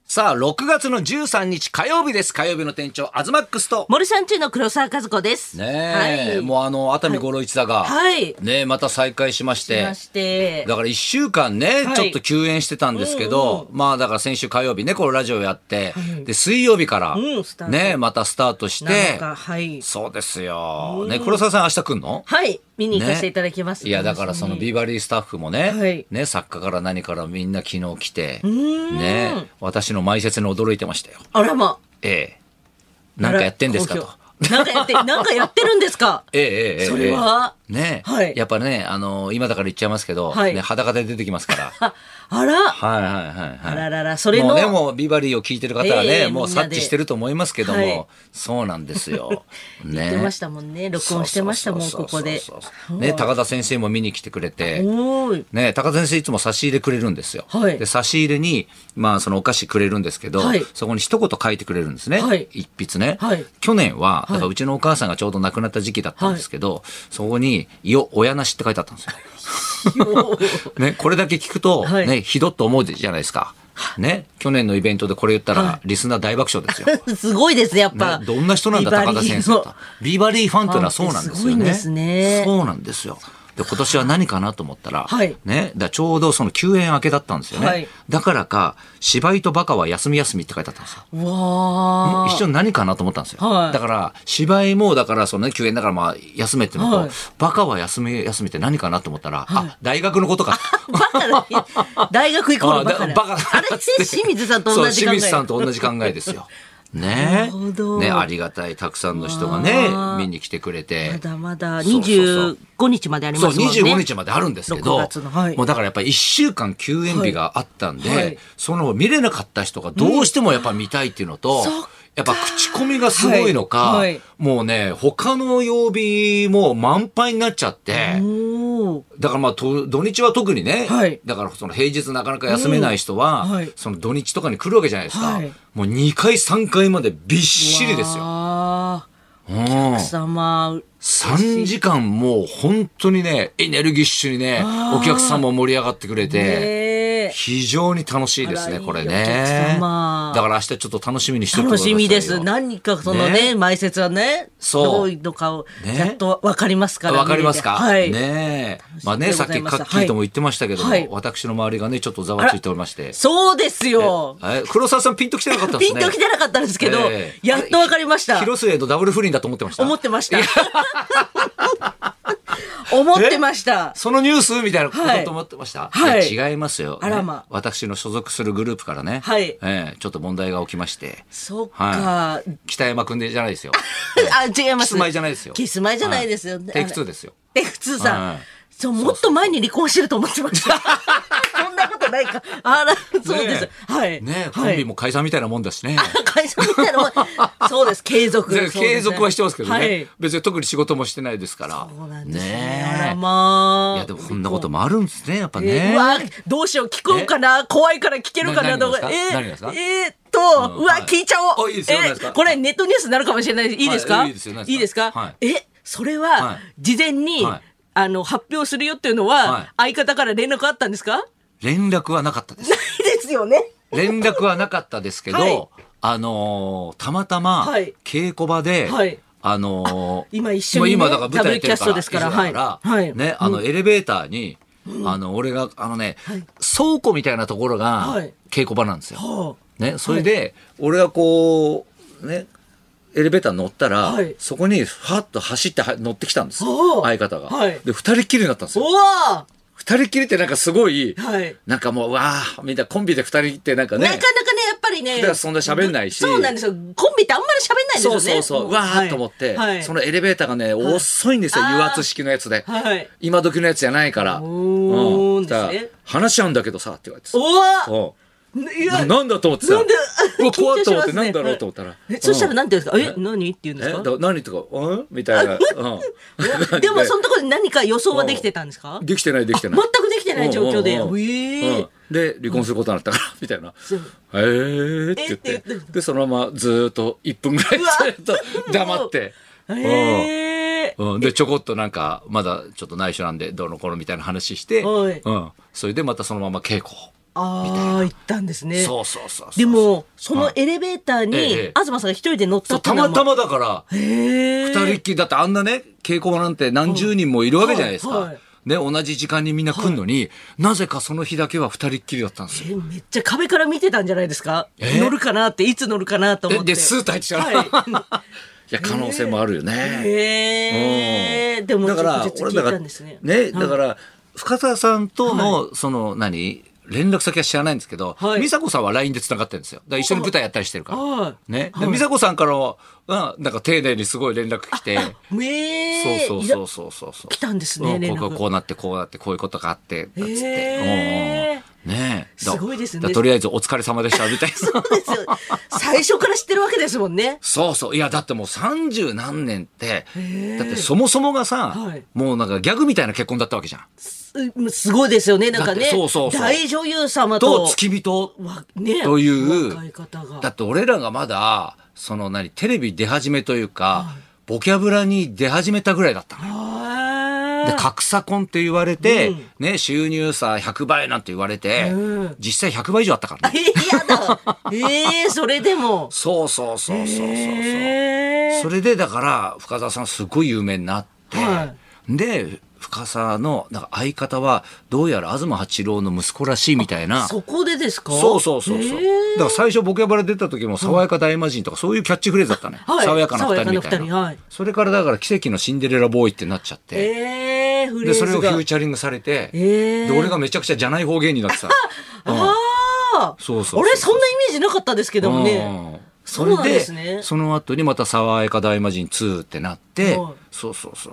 さあ、6月の13日火曜日です。火曜日の店長、アズマックスと。 森三中の黒沢和子です。 ねえ、はい、もう熱海五郎一座が、 はい、 ねえ、また再開しまして。だから1週間ね、はい、ちょっと休園してたんですけど、まあだから先週火曜日ね、このラジオやって、で、水曜日から、ね、またスタートして、はい、そうですよ。ね、黒沢さん明日来んの？ はい。見に行かせていただきます。 ね、いや、だからそのビバリースタッフもね、はい、ね、作家から何からみんな昨日来て、ね、私の前説に驚いてましたよ。 あらま。 なんかやってんですかと。 なんかやってるんですか。それはね、はい、やっぱね、今だから言っちゃいますけど、はい、ね、裸で出てきますから。 あら、 はいはいはいはい。 あららら、それの。 もうね、もうビバリーを聞いてる方はね、もう察知してると思いますけども、はい、そうなんですよ。 ね。言ってましたもんね、録音してましたもん、ここで。 ね、高田先生も見に来てくれて、ね、高田先生いつも差し入れくれるんですよ。はい、で、差し入れに、まあ、そのお菓子くれるんですけど、はい、そこに一言書いてくれるんですね。はい、一筆ね。はい、去年は、だからうちのお母さんがちょうど亡くなった時期だったんですけど、はい、そこに、親なしって書いてあったんですよ。ね、これだけ聞くと、ね、はい、ひどっと思うじゃないですか。ね、去年のイベントでこれ言ったら、リスナー大爆笑ですよ。 すごいですね、やっぱ。 ね、どんな人なんだ、高田先生と。ビバリーファンというのはそうなんですよね。すごいですね。そうなんですよ。で、今年は何かなと思ったら、はい、ね、ちょうどその休園明けだったんですよね。はい、だからか、芝居とバカは休み休みって書いてあったんですよ。 わ一緒に何かなと思ったんですよ。はい、だから、芝居も、だからそのね、休園だからまあ、休めってのと、はい、バカは休みって何かなと思ったら、はい、大学のことか。 バカだ。大学イコールバカだ。バカだ。あれ、清水さんと同じ考え。 そう、清水さんと同じ考えですよ。ねえ、ありがたいたくさんの人がね見に来てくれて、 まだ25日までありますもんね。 そう、25日まであるんですけど、はい、もうだからやっぱり1週間休園日があったんで、はい、その見れなかった人がどうしてもやっぱ見たいっていうのと、やっぱ口コミがすごいのか、はいはい、もうね他の曜日も満杯になっちゃって、だからまあ土日は特にね、はい、だからその平日なかなか休めない人は、はい、その土日とかに来るわけじゃないですか、はい、もう2回3回までびっしりですよ。 お客様 3時間もう本当にねエネルギッシュにねお客さんも盛り上がってくれて、非常に楽しいですねこれね。だから明日ちょっと楽しみにしておいてくださいよ。 楽しみです。何かそのね前説はねどういうのかをやっと分かりますから。 分かりますか。 はいね。まあね、さっきカッキーとも言ってましたけども、私の周りがねちょっとざわついておりまして。 そうですよ。 黒沢さんピンときてなかったですね。 ピンときてなかったんですけど、やっと分かりました。 広末とダブル不倫だと思ってました。 思ってました。思ってました。 そのニュースみたいなことと思ってました。 はい。 違いますよ。 あらま。 私の所属するグループからね。 はい。 ちょっと問題が起きまして。 そっか。 北山くんでじゃないですよ。 あ、違います。 キスマイじゃないですよ。 キスマイじゃないですよ。 テイク2ですよ。 テイク2さん。そう、もっと前に離婚してると思ってました。そんなことないか。あら、そうです。はい。 ね、コンビも解散みたいなもんだしね。 解散みたいなもん。そうです、継続。 継続はしてますけどね。別に特に仕事もしてないですから。 そうなんですね。あらまあ。 いや、でもこんなこともあるんですね、やっぱね。 うわ、どうしよう、聞こうかな。怖いから聞けるかな。 何ですか？ うわ、聞いちゃおう。 いいですよ。 これネットニュースになるかもしれない。いいですか？ いいですよ。 いいですか？それは、事前に、発表するよっていうのは、相方から連絡あったんですか？ 連絡はなかったです。 ないですよね。 連絡はなかったですけど、たまたま、稽古場で、 今一緒に今だから舞台やってるから、 ダブルキャストですから、 ね、エレベーターに、俺が、倉庫みたいなところが、稽古場なんですよ。ね、それで、俺がこう、ね、エレベーター乗ったら、そこにファッと走って乗ってきたんです相方が、で二人っきりになったんですよ。二人っきりってなんかすごい、なんかもうわーみんなコンビで二人ってなんかねなかなかねやっぱりねそんな喋んないし。 そうなんですよ。コンビってあんまり喋んないんですよね。 そうわーと思って、そのエレベーターがね遅いんですよ。油圧式のやつで、今時のやつじゃないから。話し合うんだけどさって言われてさ、なんだと思ってさ、怖っと思ってなんだろうと思ったら、 そしたらなんて言うんですか？何って言うんですか？ 何とかみたいな。 でもそのところで何か予想はできてたんですか？ できてない。全くできてない状況で。 で離婚することになったからみたいな。って言って、でそのままずっと1分ぐらいずっと黙って。でちょこっとなんかまだちょっと内緒なんでどうのこうのみたいな話して、それでまたそのまま稽古。 みたいな。 行ったんですね。 そうそうそう。 でも、そのエレベーターに、東さんが一人で乗ったってたまたまだから、二人っきり、だってあんなね、稽古場なんて何十人もいるわけじゃないですか。ね、同じ時間にみんな来るのに、なぜかその日だけは二人っきりだったんですよ。 めっちゃ壁から見てたんじゃないですか。乗るかなって、いつ乗るかなと思って。 で、スーッと入ってきたら。いや、可能性もあるよね。 でも、 だから、 俺だからね、 だから、深澤さんとの、その、連絡先は知らないんですけど、美佐子さんは LINE で繋がってるんですよ。だから一緒に舞台やったりしてるから。ね。で、美佐子さんからは、なんか丁寧にすごい連絡来て。そう。 来たんですね、 こうなって、こういうことがあって、つって。ねえ。 すごいですね。 とりあえずお疲れ様でした、みたいな。 そうですよ。最初から知ってるわけですもんね。 そう。いや、だってもう30何年って、だってそもそもがさ、もうなんかギャグみたいな結婚だったわけじゃん。 すごいですよね。なんかね。大女優様と。 付き人。という。 若い方が。 だって俺らがまだ、テレビ出始めというか、ボキャブラに出始めたぐらいだったの。で、格差婚って言われて、ね、収入差100倍なんて言われて、実際100倍以上あったからね。 やだ。それでも。 そう。それでだから、深澤さんすごい有名になって、で、深澤のなんか相方はどうやら東八郎の息子らしいみたいな。 そこでですか？ そう。だから最初ボキャブラ出た時も爽やか大魔神とかそういうキャッチフレーズだったね。爽やかな二人みたいな。それからだから奇跡のシンデレラボーイってなっちゃって。で、それをフューチャリングされて、で、俺がめちゃくちゃじゃない方言になってた。そう。 俺そんなイメージなかったですけどもね。 それで、その後にまた爽やか大魔神2ってなって、そう。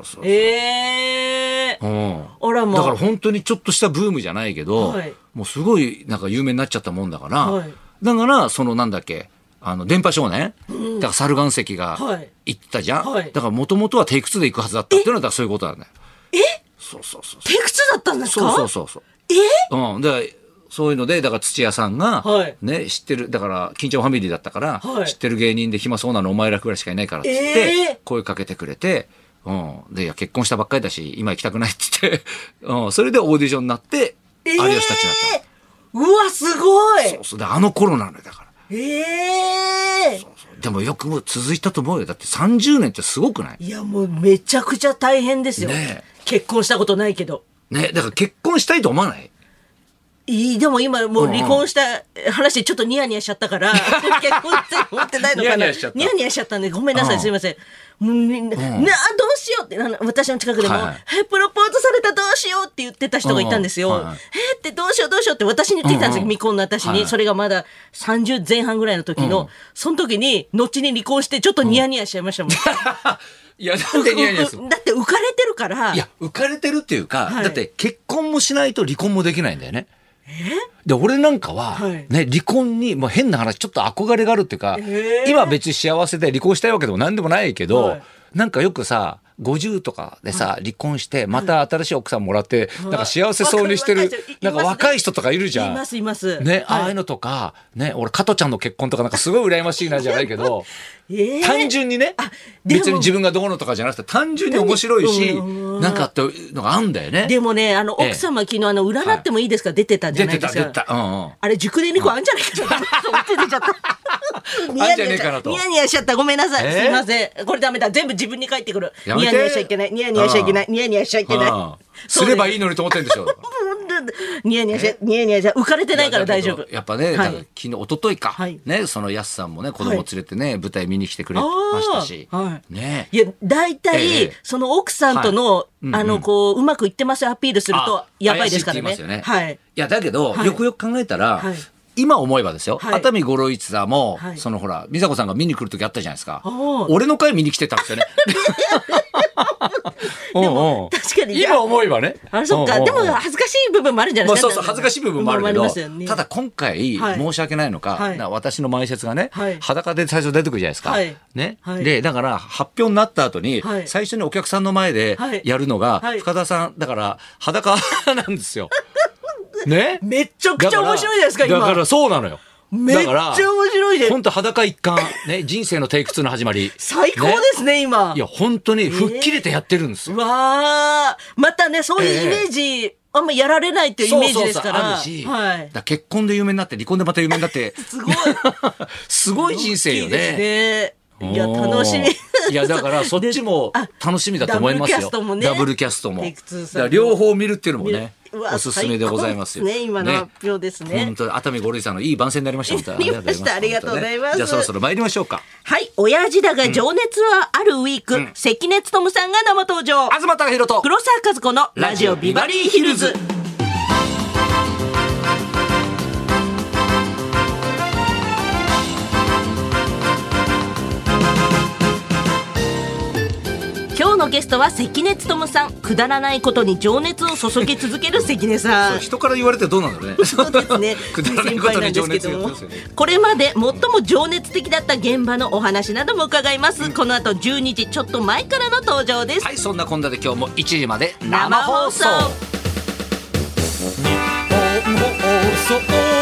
だから本当にちょっとしたブームじゃないけど、もうすごいなんか有名になっちゃったもんだから、だからそのなんだっけ、電波少年、だから猿岩石が行ったじゃん、だからもともとはテイク2で行くはずだったっていうのはそういうことなんだよ。そう。 テイク2だったんですか？ そう。そういうので、だから土屋さんが、ね、知ってる、だから、金ちゃんファミリーだったから、知ってる芸人で暇そうなのお前らくらいしかいないからって言って、声かけてくれて、で、いや、結婚したばっかりだし、今行きたくないって言って、それでオーディションになって、有吉たちになった。 うわ、すごい。 そう。で、あの頃なのよ、だから。でもよくも続いたと思うよ。だって30年ってすごくない？ いや、もうめちゃくちゃ大変ですよ。結婚したことないけど。 ね、だから結婚したいと思わない？ でも今もう離婚した話ちょっとニヤニヤしちゃったから、結婚って思ってないのかな。ニヤニヤしちゃったんで、ごめんなさい、すいません。どうしようって、私の近くでも、プロポーズされたどうしようって言ってた人がいたんですよ。ってどうしようって私に言ってきたんですよ、未婚の私に。それがまだ30前半ぐらいの時の、その時に、後に離婚してちょっとニヤニヤしちゃいましたもん。 いや、なんでニヤニヤするの？ だって浮かれてるから。 いや、浮かれてるっていうか、だって結婚もしないと離婚もできないんだよね。で、俺なんかは、ね、離婚に、もう変な話、ちょっと憧れがあるっていうか、今別に幸せで離婚したいわけでも何でもないけど、なんかよくさ、50とかでさ、離婚して、また新しい奥さんもらって、なんか幸せそうにしてる、なんか若い人とかいるじゃん。 います。 ね、ああいうのとか、ね、俺、加トちゃんの結婚とかなんかすごい羨ましいなじゃないけど、単純にね、別に自分がどうのとかじゃなくて、単純に面白いし、なんかっていうのがあんだよね。 でもね、奥様昨日占ってもいいですか出てたじゃないですか。 出た。 あれ、熟年離婚あんじゃないかなと思って出ちゃった。ニヤニヤしちゃった。ごめんなさい。すいません。これダメだ。全部自分に返ってくる。ニヤニヤしちゃいけない。ニヤニヤしちゃいけない。 すればいいのにと思ってるんでしょ。 ニヤニヤし浮かれてないから大丈夫。 やっぱね、昨日、一昨日か。ね、そのやすさんもね、子供連れてね、舞台見に来てくれましたし。ね。 いや、大体、その奥さんとの、うまくいってますアピールすると、やばいですからね。はい。 いや、だけど、よくよく考えたら、今思えばですよ、熱海五郎一座も、そのほら、美佐子さんが見に来る時あったじゃないですか。俺の回見に来てたんですよね。 でも確かに今思えばね。 そっか。でも恥ずかしい部分もあるんじゃないですか。 そう恥ずかしい部分もあるけど、ただ今回申し訳ないのか、私の前説がね、裸で最初出てくるじゃないですか。ね。で、だから発表になった後に、最初にお客さんの前でやるのが、深田さん、だから裸なんですよ。ね。 めちゃくちゃ面白いじゃないですか、今。 だからそうなのよ。 めっちゃ面白いです。 本当裸一貫、ね、人生のテイク2の始まり。 最高ですね、今。 いや、本当に吹っ切れてやってるんですよ。 わー。またね、そういうイメージあんまやられないっていうイメージですから。 あるし、だ結婚で有名になって離婚でまた有名になってすごいすごい人生よね。 いや楽しみ。 いやだからそっちも楽しみだと思いますよ。ダブルキャストもね。両方見るっていうのもねおすすめでございますよ。 今の発表ですね。 本当に熱海五郎さんのいい番宣になりました。 ありがとうございます。 じゃあそろそろ参りましょうか。 はい、親父だが情熱はあるウィーク、関根勤さんが生登場。 東貴博と黒沢和子のラジオビバリーヒルズ。今日のゲストは関根勤さん。くだらないことに情熱を注ぎ続ける関根さん。 人から言われてどうなんだろうね。 そうですね。くだらないことに情熱を。これまで最も情熱的だった現場のお話なども伺います。この後12時ちょっと前からの登場です。 はい、そんなこんなで今日も1時まで生放送。日本放送